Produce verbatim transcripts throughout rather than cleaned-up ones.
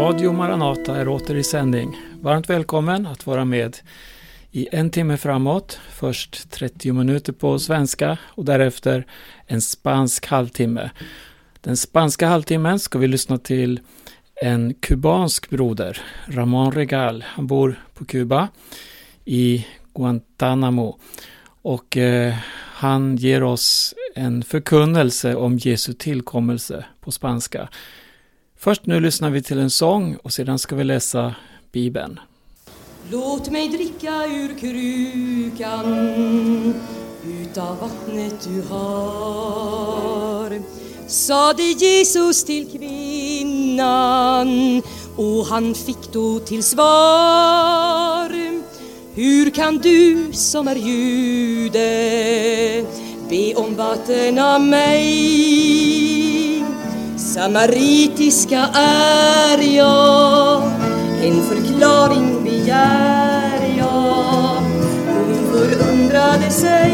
Radio Maranata är åter i sändning. Varmt välkommen att vara med i en timme framåt. Först trettio minuter på svenska och därefter en spansk halvtimme. Den spanska halvtimmen ska vi lyssna till en kubansk broder, Ramón Regal. Han bor på Kuba i Guantánamo och eh, han ger oss en förkunnelse om Jesu tillkommelse på spanska. Först nu lyssnar vi till en sång och sedan ska vi läsa Bibeln. Låt mig dricka ur krukan, utav vattnet du har, sade Jesus till kvinnan, och han fick då till svar: hur kan du som är jude be om vatten av mig? Samaritiska är jag, en förklaring begär jag. Hon förundrade sig.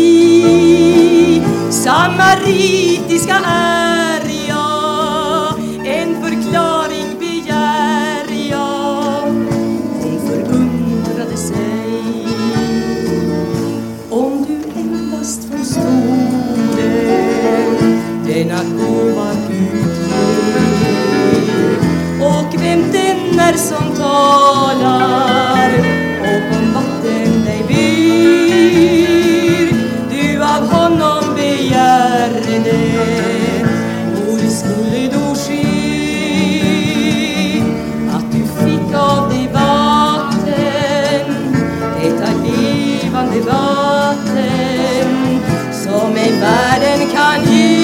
Samaritiska är jag, en förklaring begär jag. Hon förundrade sig. Om du endast förstod denna gåva Gud ger, och vem den är som talar och om vatten dig ber, du av honom begär det, och det skulle då ske att du fick av det vatten, detta levande vatten som en världen kan ge.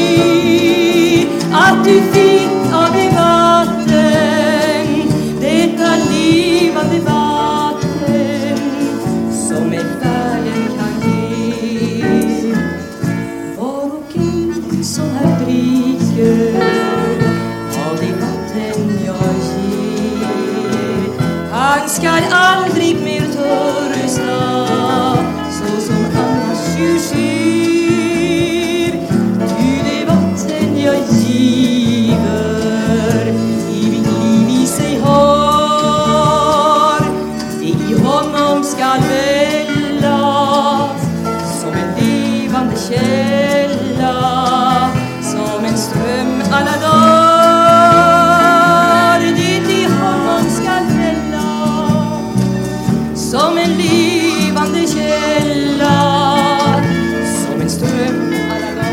Att du fick av det vatten, detta levande vatten som en världen kan ge. Var och en som här dricker av det vatten jag ger, han skall aldrig mer törsta, så som annars ju sker. Ty det vatten jag giver evigt liv i sig har, det i honom skall välla som en levande källa, som en ström alla dagar. Det i honom skall välla som en levande källa, som en ström alla dagar.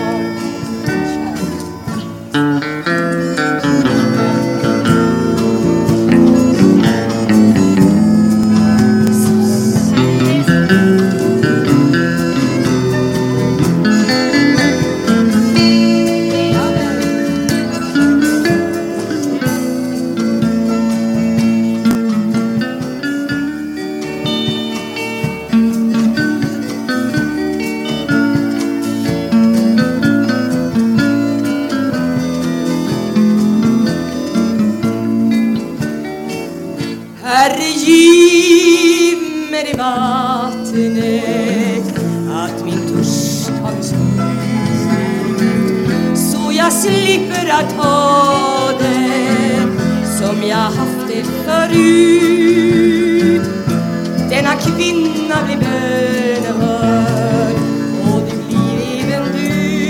Herre, giv mig det vattnet, att min törst har slut, så jag slipper att ha det som jag haft det förut. Denna kvinna blir bönhörd, och det blir även du,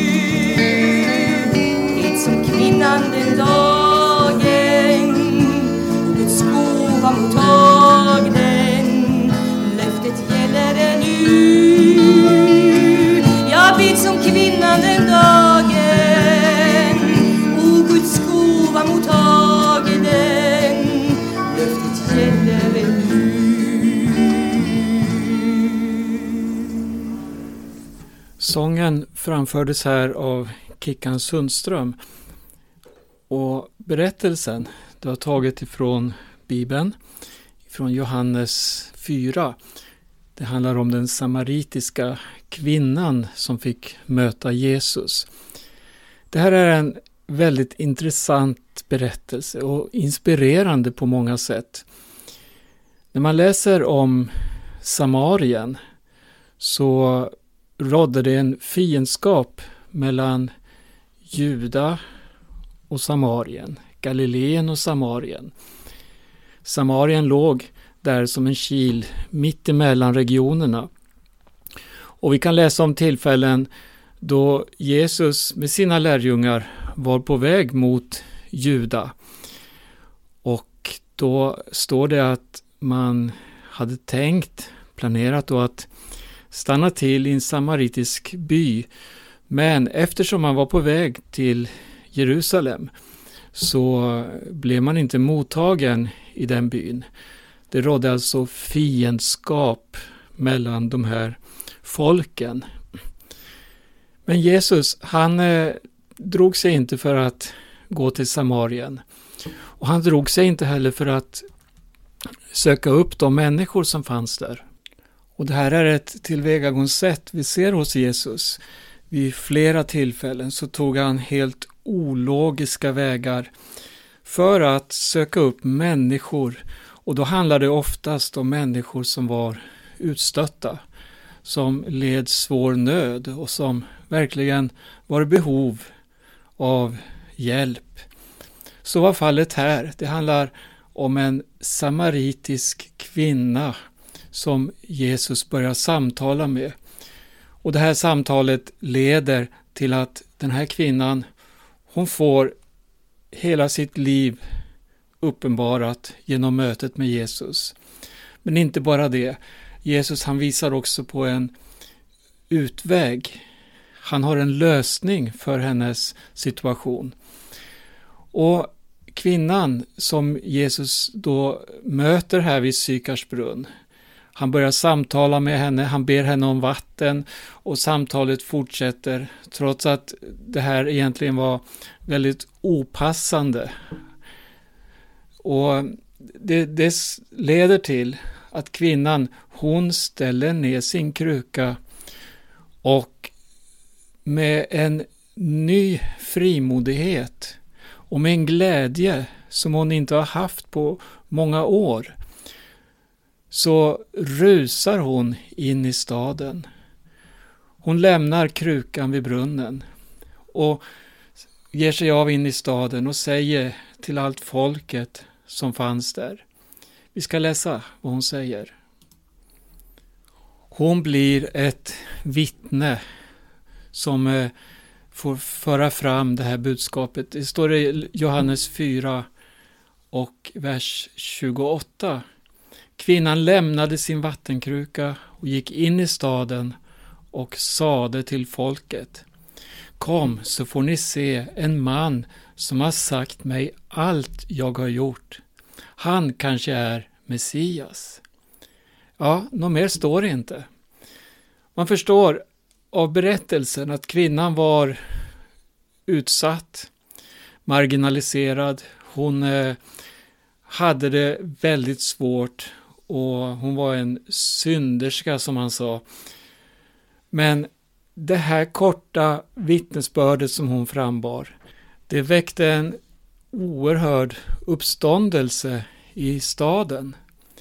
det som kvinnan den dagen, och Guds gåva mottag den, löftet gäller ännu. Jag vet som kvinnan den dagen, och Guds gåva mottag den, löftet gäller ännu. Sången framfördes här av Kickan Sundström, och berättelsen du har tagit ifrån Bibeln, från Johannes fyra. Det handlar om den samaritiska kvinnan som fick möta Jesus. Det här är en väldigt intressant berättelse och inspirerande på många sätt. När man läser om Samarien så rådde det en fiendskap mellan Juda och Samarien. Galileen och Samarien. Samarien låg där som en kil mitt emellan regionerna. Och vi kan läsa om tillfällen då Jesus med sina lärjungar var på väg mot Juda. Och då står det att man hade tänkt, planerat då att stanna till i en samaritisk by. Men eftersom man var på väg till Jerusalem så blev man inte mottagen i den byn. Det rådde alltså fiendskap mellan de här folken. Men Jesus, han eh, drog sig inte för att gå till Samarien. Och han drog sig inte heller för att söka upp de människor som fanns där. Och det här är ett tillvägagångssätt vi ser hos Jesus. Vid flera tillfällen så tog han helt ologiska vägar för att söka upp människor. Och då handlade det oftast om människor som var utstötta, som led svår nöd och som verkligen var i behov av hjälp. Så var fallet här. Det handlar om en samaritisk kvinna som Jesus börjar samtala med. Och det här samtalet leder till att den här kvinnan, hon får hela sitt liv uppenbarat genom mötet med Jesus. Men inte bara det. Jesus, han visar också på en utväg. Han har en lösning för hennes situation. Och kvinnan som Jesus då möter här vid Sykars brunn, han börjar samtala med henne, han ber henne om vatten och samtalet fortsätter trots att det här egentligen var väldigt opassande. Och det, det leder till att kvinnan, hon ställer ner sin kruka och med en ny frimodighet och med en glädje som hon inte har haft på många år, så rusar hon in i staden. Hon lämnar krukan vid brunnen och ger sig av in i staden och säger till allt folket som fanns där. Vi ska läsa vad hon säger. Hon blir ett vittne som eh, får föra fram det här budskapet. Det står i Johannes fyra och vers tjugoåtta. Kvinnan lämnade sin vattenkruka och gick in i staden och sade till folket: Kom, så får ni se en man som har sagt mig allt jag har gjort. Han kanske är Messias. Ja, något mer står det inte. Man förstår av berättelsen att kvinnan var utsatt, marginaliserad. Hon eh, hade det väldigt svårt och hon var en synderska, som han sa. Men det här korta vittnesbördet som hon frambar, det väckte en oerhörd uppståndelse i staden.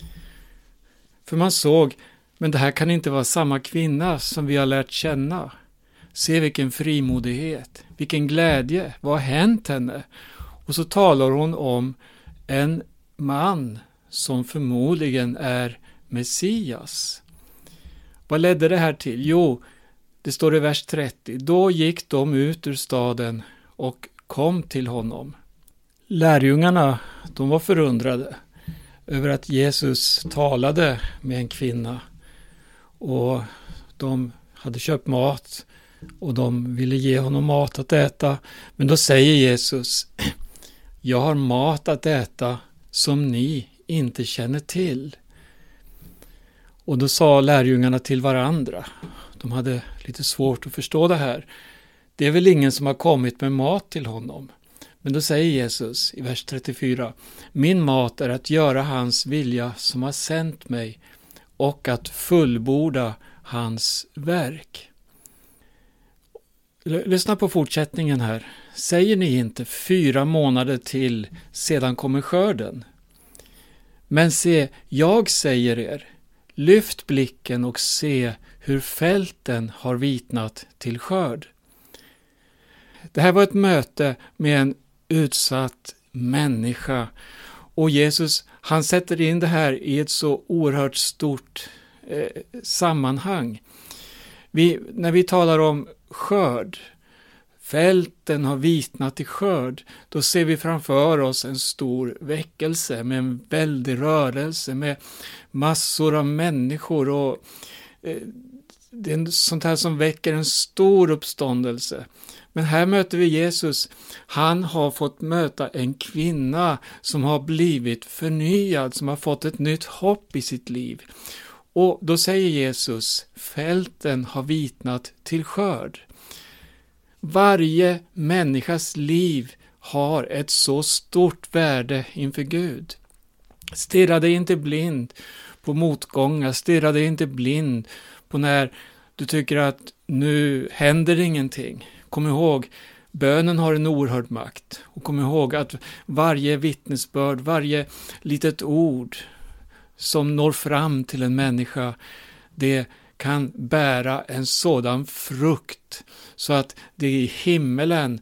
För man såg, men det här kan inte vara samma kvinna som vi har lärt känna. Se vilken frimodighet, vilken glädje, vad har hänt henne? Och så talar hon om en man som förmodligen är Messias. Vad ledde det här till? Jo, det står i vers trettio. Då gick de ut ur staden och kom till honom. Lärjungarna, de var förundrade över att Jesus talade med en kvinna. Och de hade köpt mat och de ville ge honom mat att äta. Men då säger Jesus: Jag har mat att äta som ni inte känner till. Och då sa lärjungarna till varandra, de hade lite svårt att förstå det här: Det är väl ingen som har kommit med mat till honom. Men då säger Jesus i vers trettiofyra: Min mat är att göra hans vilja som har sänt mig och att fullborda hans verk. L- lyssna på fortsättningen här. Säger ni inte fyra månader till sedan kommer skörden? Men se, jag säger er, lyft blicken och se hur fälten har vitnat till skörd. Det här var ett möte med en utsatt människa. Och Jesus, han sätter in det här i ett så oerhört stort eh, sammanhang. Vi, när vi talar om skörd, fälten har vitnat i skörd, då ser vi framför oss en stor väckelse med en väldig rörelse, med massor av människor, och eh, det är sånt här som väcker en stor uppståndelse. Men här möter vi Jesus. Han har fått möta en kvinna som har blivit förnyad, som har fått ett nytt hopp i sitt liv. Och då säger Jesus, fälten har vitnat till skörd. Varje människas liv har ett så stort värde inför Gud. Stirra dig inte blind på motgångar, stirra dig inte blind på när du tycker att nu händer ingenting. Kom ihåg, bönen har en oerhörd makt. Och kom ihåg att varje vittnesbörd, varje litet ord som når fram till en människa, det kan bära en sådan frukt så att det i himmelen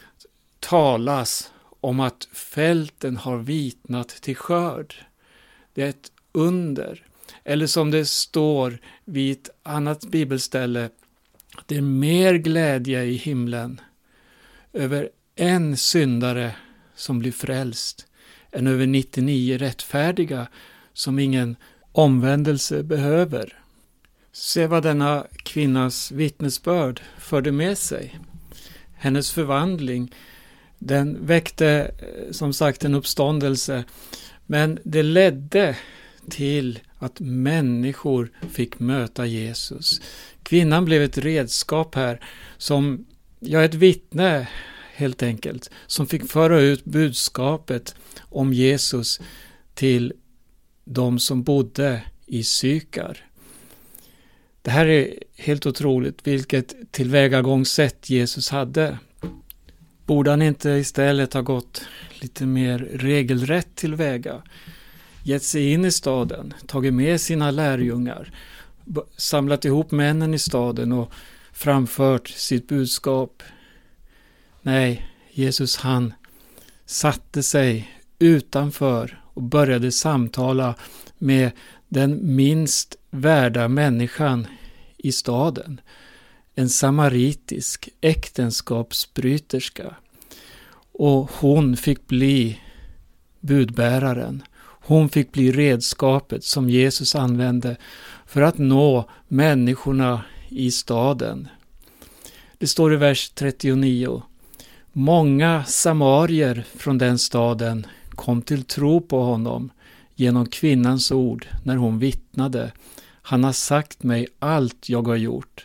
talas om att fälten har vitnat till skörd. Det är ett under. Eller som det står vid ett annat bibelställe, det är mer glädje i himlen över en syndare som blir frälst än över nittionio rättfärdiga som ingen omvändelse behöver. Se vad denna kvinnas vittnesbörd förde med sig. Hennes förvandling, den väckte som sagt en uppståndelse, men det ledde till att människor fick möta Jesus. Kvinnan blev ett redskap här, som, ja, ett vittne helt enkelt, som fick föra ut budskapet om Jesus till de som bodde i Sykar. Det här är helt otroligt, vilket tillvägagångssätt Jesus hade. Borde han inte istället ha gått lite mer regelrätt tillväga? Gett sig in i staden, tagit med sina lärjungar, samlat ihop männen i staden och framfört sitt budskap. Nej, Jesus han satte sig utanför och började samtala med den minst värda människan i staden. En samaritisk äktenskapsbryterska. Och hon fick bli budbäraren. Hon fick bli redskapet som Jesus använde för att nå människorna i staden. Det står i vers trettionio. Många samarier från den staden kom till tro på honom genom kvinnans ord när hon vittnade. Han har sagt mig allt jag har gjort.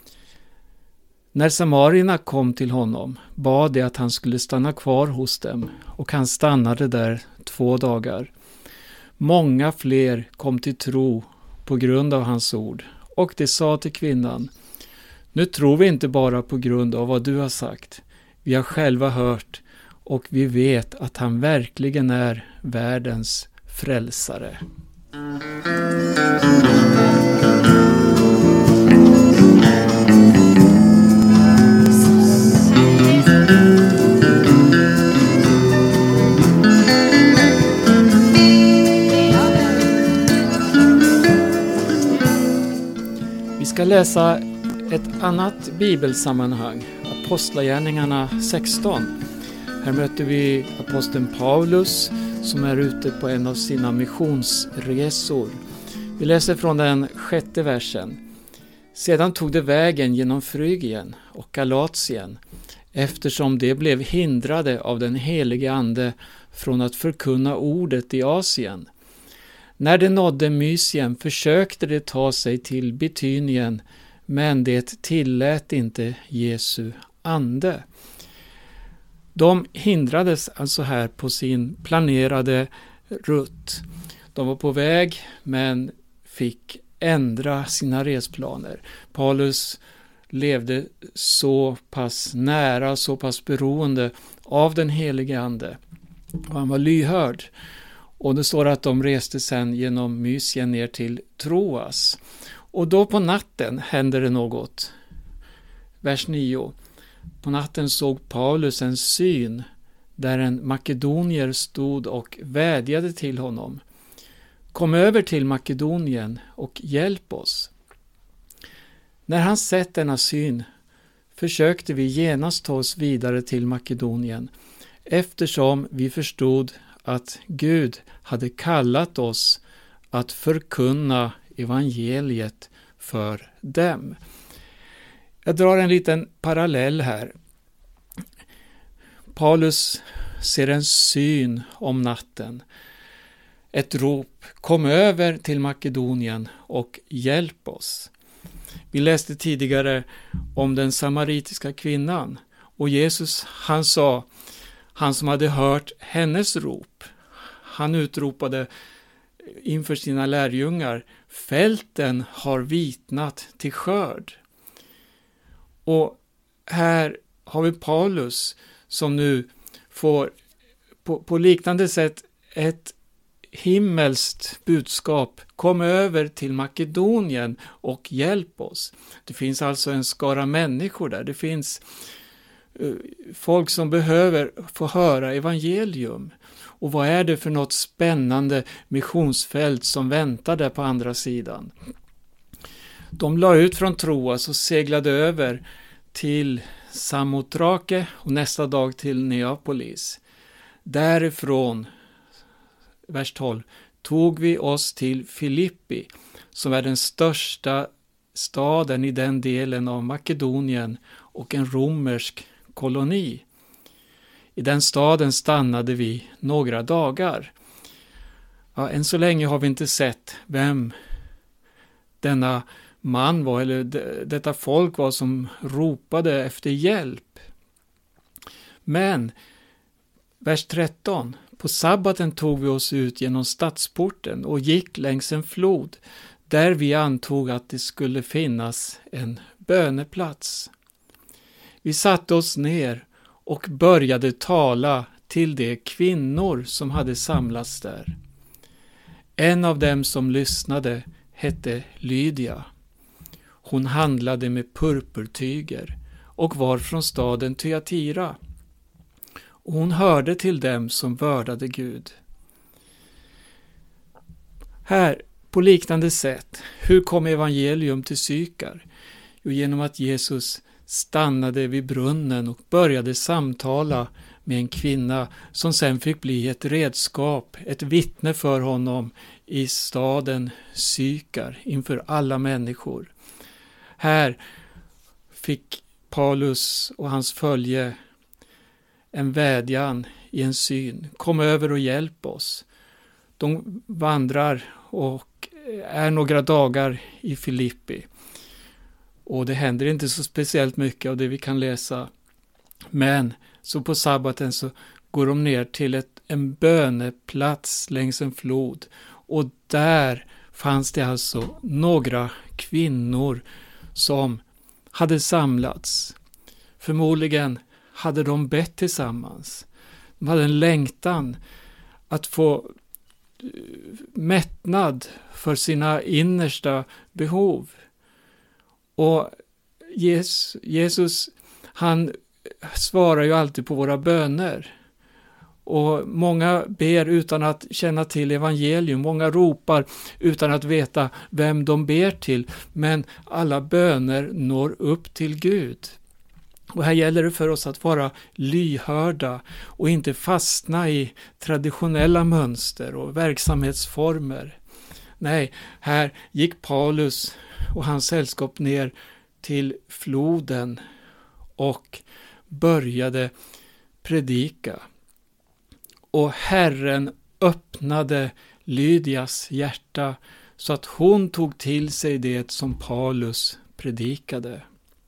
När samarierna kom till honom bad de att han skulle stanna kvar hos dem, och han stannade där två dagar. Många fler kom till tro på grund av hans ord, och de sa till kvinnan: nu tror vi inte bara på grund av vad du har sagt. Vi har själva hört och vi vet att han verkligen är världens frälsare. Vi ska läsa ett annat bibelsammanhang, Apostlagärningarna sexton. Här möter vi aposteln Paulus som är ute på en av sina missionsresor. Vi läser från den sjätte versen. Sedan tog det vägen genom Frygien och Galatien, eftersom de blev hindrade av den helige ande från att förkunna ordet i Asien. När de nådde Mysien försökte de ta sig till Bitynien, men det tillät inte Jesu ande. De hindrades alltså här på sin planerade rutt. De var på väg men fick ändra sina resplaner. Paulus levde så pass nära, så pass beroende av den helige ande. Och han var lyhörd. Och det står att de reste sedan genom Mysien ner till Troas. Och då på natten hände det något. Vers nio. På natten såg Paulus en syn. där en makedonier stod och vädjade till honom: kom över till Makedonien och hjälp oss. När han sett denna syn försökte vi genast ta oss vidare till Makedonien, eftersom vi förstod att Gud hade kallat oss att förkunna evangeliet för dem. Jag drar en liten parallell här. Paulus ser en syn om natten. Ett rop: kom över till Makedonien och hjälp oss. Vi läste tidigare om den samaritiska kvinnan, och Jesus, han sa, han som hade hört hennes rop, han utropade inför sina lärjungar: fälten har vitnat till skörd. Och här har vi Paulus som nu får på, på liknande sätt ett himmelskt budskap: kom över till Makedonien och hjälp oss. Det finns alltså en skara människor där. Det finns uh, folk som behöver få höra evangelium. Och vad är det för något spännande missionsfält som väntar där på andra sidan? De la ut från Troas och seglade över till Samotrake och nästa dag till Neapolis. Därifrån, vers tolv, tog vi oss till Filippi, som är den största staden i den delen av Makedonien och en romersk koloni. I den staden stannade vi några dagar. Ja, än så länge har vi inte sett vem denna man var, eller d- detta folk var som ropade efter hjälp. Men, vers tretton, på sabbaten tog vi oss ut genom stadsporten och gick längs en flod, där vi antog att det skulle finnas en böneplats. Vi satte oss ner och började tala till de kvinnor som hade samlats där. En av dem som lyssnade hette Lydia. Hon handlade med purpurtyger och var från staden Thyatira. Och hon hörde till dem som vördade Gud. Här, på liknande sätt, hur kom evangelium till Sykar? Jo, genom att Jesus stannade vid brunnen och började samtala med en kvinna som sen fick bli ett redskap, ett vittne för honom i staden Sykar inför alla människor. Här fick Paulus och hans följe en vädjan i en syn: kom över och hjälp oss. De vandrar och är några dagar i Filippi. Och det händer inte så speciellt mycket av det vi kan läsa. Men så på sabbaten så går de ner till ett, en böneplats längs en flod. Och där fanns det alltså några kvinnor som hade samlats. Förmodligen hade de bett tillsammans. De hade en längtan att få mättnad för sina innersta behov. Och Jesus, han svarar ju alltid på våra böner. Och många ber utan att känna till evangelium. Många ropar utan att veta vem de ber till. Men alla böner når upp till Gud. Och här gäller det för oss att vara lyhörda och inte fastna i traditionella mönster och verksamhetsformer. Nej, här gick Paulus och hans sällskap ner till floden och började predika. Och Herren öppnade Lydias hjärta så att hon tog till sig det som Paulus predikade.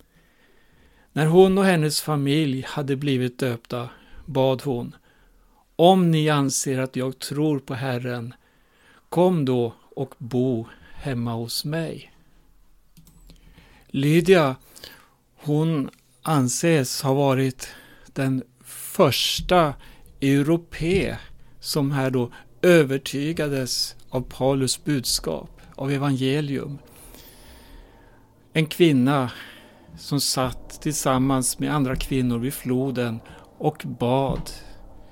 När hon och hennes familj hade blivit döpta bad hon: om ni anser att jag tror på Herren, kom då och bo hemma hos mig. Lydia, hon anses ha varit den första europé som här då övertygades av Paulus budskap, av evangelium. En kvinna som satt tillsammans med andra kvinnor vid floden och bad.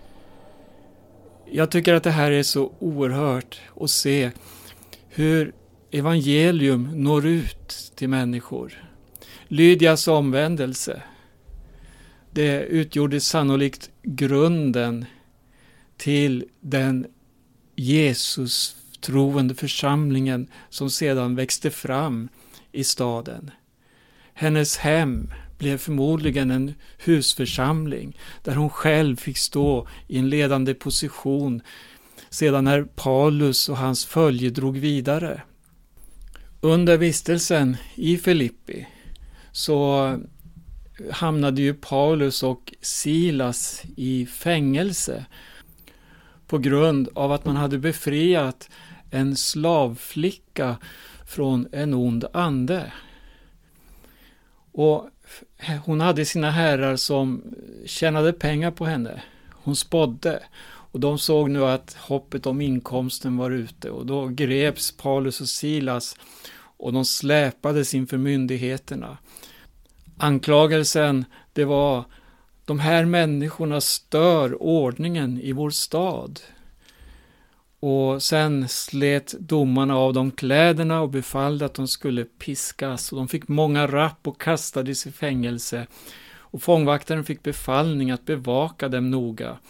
Jag tycker att det här är så oerhört att se hur evangelium når ut till människor. Lydias omvändelse, det utgjorde sannolikt grunden till den Jesus troende församlingen som sedan växte fram i staden. Hennes hem blev förmodligen en husförsamling där hon själv fick stå i en ledande position sedan när Paulus och hans följe drog vidare. Under vistelsen i Filippi så hamnade ju Paulus och Silas i fängelse på grund av att man hade befriat en slavflicka från en ond ande. Och hon hade sina herrar som tjänade pengar på henne. Hon spådde och de såg nu att hoppet om inkomsten var ute, och då greps Paulus och Silas och de släpades inför myndigheterna. Anklagelsen, det var: de här människorna stör ordningen i vår stad. Och sen slet domarna av dem kläderna och befallde att de skulle piskas. Och de fick många rapp och kastades i fängelse. Och fångvaktaren fick befallning att bevaka dem noga.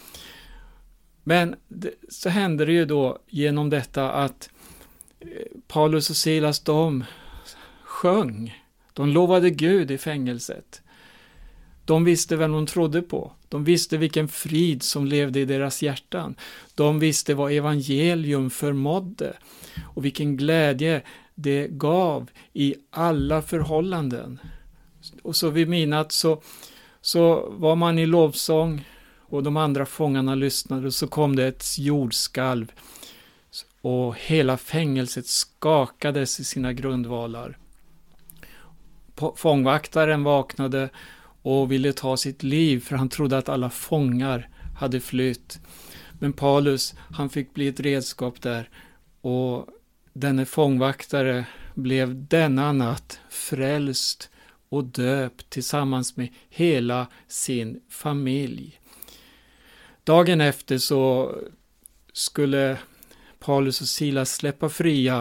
Men det, så hände det ju då genom detta att Paulus och Silas, de sjöng. De lovade Gud i fängelset. De visste vem de trodde på. De visste vilken frid som levde i deras hjärtan. De visste vad evangelium förmådde och vilken glädje det gav i alla förhållanden. Och så vid midnatt så, så var man i lovsång och de andra fångarna lyssnade, och så kom det ett jordskalv och hela fängelset skakades i sina grundvalar. Fångvaktaren vaknade och ville ta sitt liv, för han trodde att alla fångar hade flytt. Men Paulus, han fick bli ett redskap där, och denne fångvaktare blev denna natt frälst och döpt tillsammans med hela sin familj. Dagen efter så skulle Paulus och Silas släppa fria,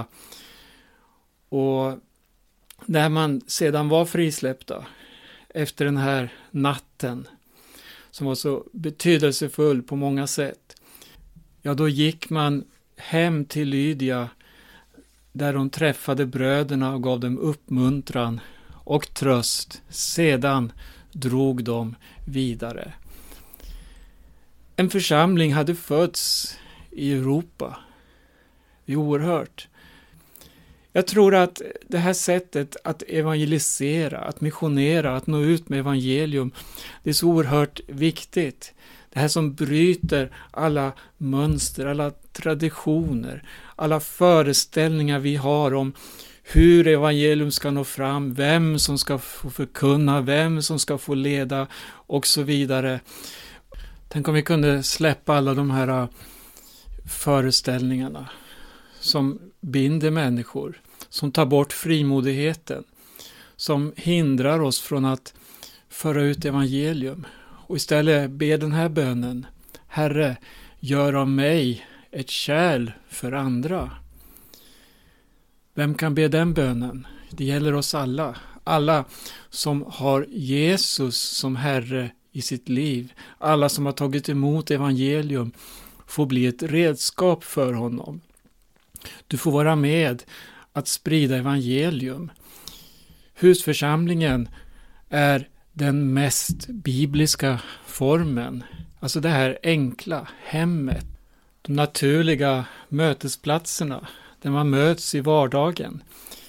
och när man sedan var frisläppta efter den här natten som var så betydelsefull på många sätt, ja, då gick man hem till Lydia där de träffade bröderna och gav dem uppmuntran och tröst. Sedan drog de vidare. En församling hade fötts i Europa. Det är oerhört. Jag tror att det här sättet att evangelisera, att missionera, att nå ut med evangelium, det är så oerhört viktigt. Det här som bryter alla mönster, alla traditioner, alla föreställningar vi har om hur evangelium ska nå fram, vem som ska få förkunna, vem som ska få leda och så vidare. Tänk om vi kunde släppa alla de här föreställningarna som binder människor, som tar bort frimodigheten, som hindrar oss från att föra ut evangelium, och istället be den här bönen: Herre, gör av mig ett kärl för andra. Vem kan be den bönen? Det gäller oss alla. Alla som har Jesus som Herre i sitt liv. Alla som har tagit emot evangelium får bli ett redskap för honom. Du får vara med att sprida evangelium. Husförsamlingen är den mest bibliska formen. Alltså det här enkla hemmet. De naturliga mötesplatserna där man möts i vardagen.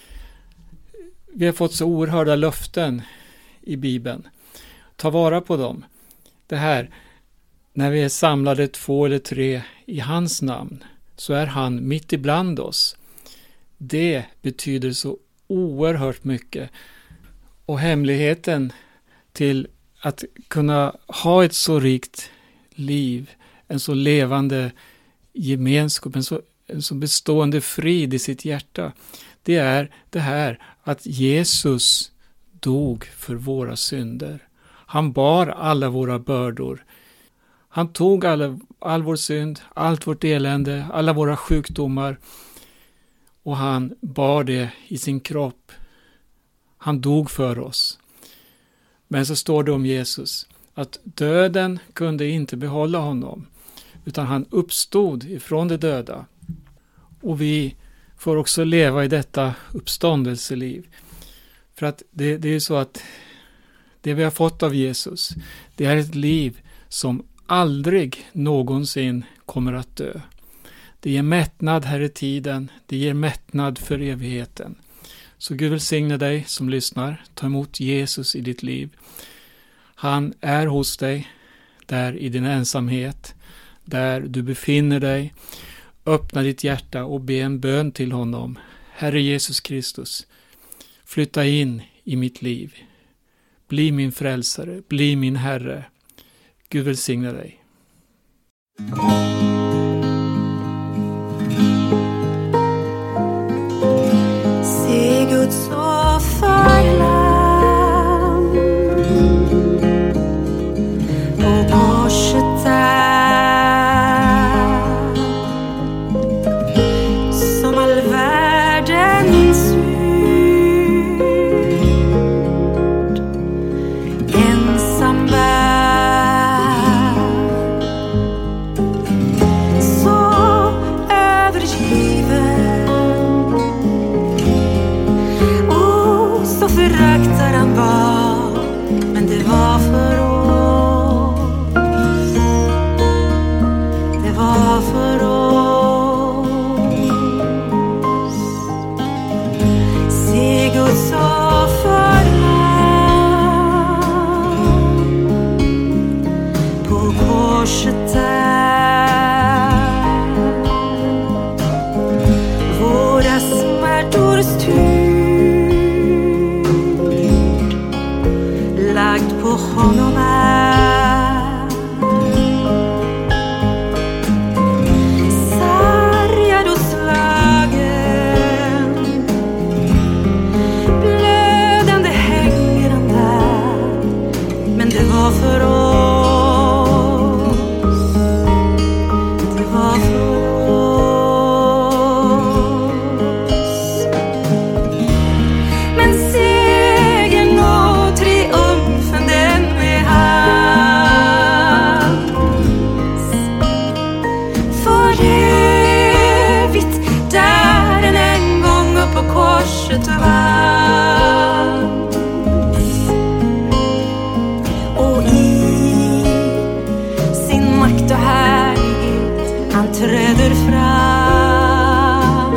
Vi har fått så oerhörda löften i Bibeln. Ta vara på dem. Det här, när vi är samlade två eller tre i hans namn, så är han mitt ibland oss. Det betyder så oerhört mycket. Och hemligheten till att kunna ha ett så rikt liv, en så levande gemenskap, en så, en så bestående frid i sitt hjärta, det är det här att Jesus dog för våra synder. Han bar alla våra bördor. Han tog all, all vår synd, allt vårt elände, alla våra sjukdomar och han bar det i sin kropp. Han dog för oss. Men så står det om Jesus att döden kunde inte behålla honom, utan han uppstod ifrån de döda. Och vi får också leva i detta uppståndelseliv. För att det, det är så att det vi har fått av Jesus, det är ett liv som aldrig någonsin kommer att dö. Det ger mättnad här i tiden, det ger mättnad för evigheten. Så Gud välsigne dig som lyssnar, ta emot Jesus i ditt liv. Han är hos dig, där i din ensamhet, där du befinner dig. Öppna ditt hjärta och be en bön till honom. Herre Jesus Kristus, flytta in i mitt liv. Bli min frälsare, bli min Herre. Gud välsigne dig. Se Guds offerlamm på korset där, som all världens synd ensam bär. Så övergiven och så föraktad han var, men det var för oss, det var för oss. Se Guds offerlamm på korset där, våra smärtors tyngd lagd på honom är. Sargad och slagen, blödande hänger han där, men det var för oss, det var för oss. Men segern och triumfen den är hans, för evigt där den en gång upp på korset vanns. Och i sin makt och härlighet han träder fram,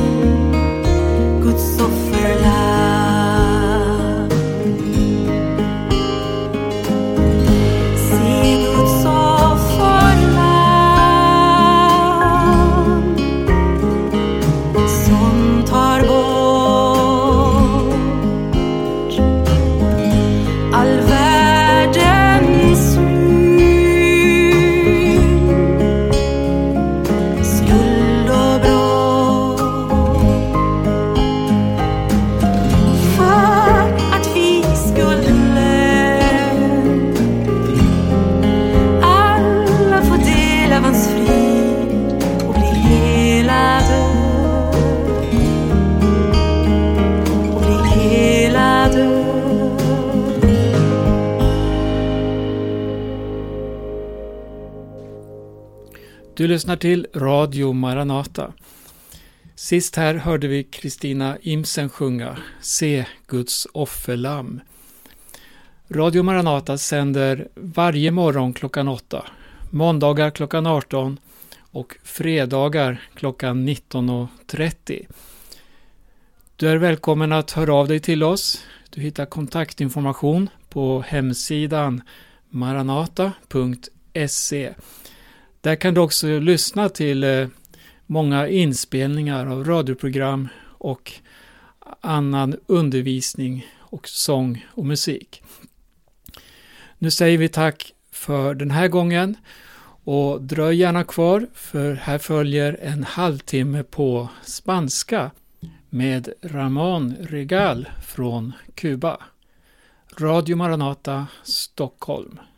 Guds offerlamm. Se Guds offerlamm som tar bort all världens synd, skuld och brott, för att vi skuldlös alla får del av hans frid och bli helade, och bli helade. Du lyssnar till Radio Maranata. Sist här hörde vi Kristina Imsen sjunga Se Guds offerlamm. Radio Maranata sänder varje morgon klockan åtta, måndagar klockan arton och fredagar klockan nitton och trettio. Du är välkommen att höra av dig till oss. Du hittar kontaktinformation på hemsidan maranata punkt se. Där kan du också lyssna till eh, många inspelningar av radioprogram och annan undervisning och sång och musik. Nu säger vi tack för den här gången och dröj gärna kvar, för här följer en halvtimme på spanska med Ramón Regal från Kuba. Radio Maranata, Stockholm.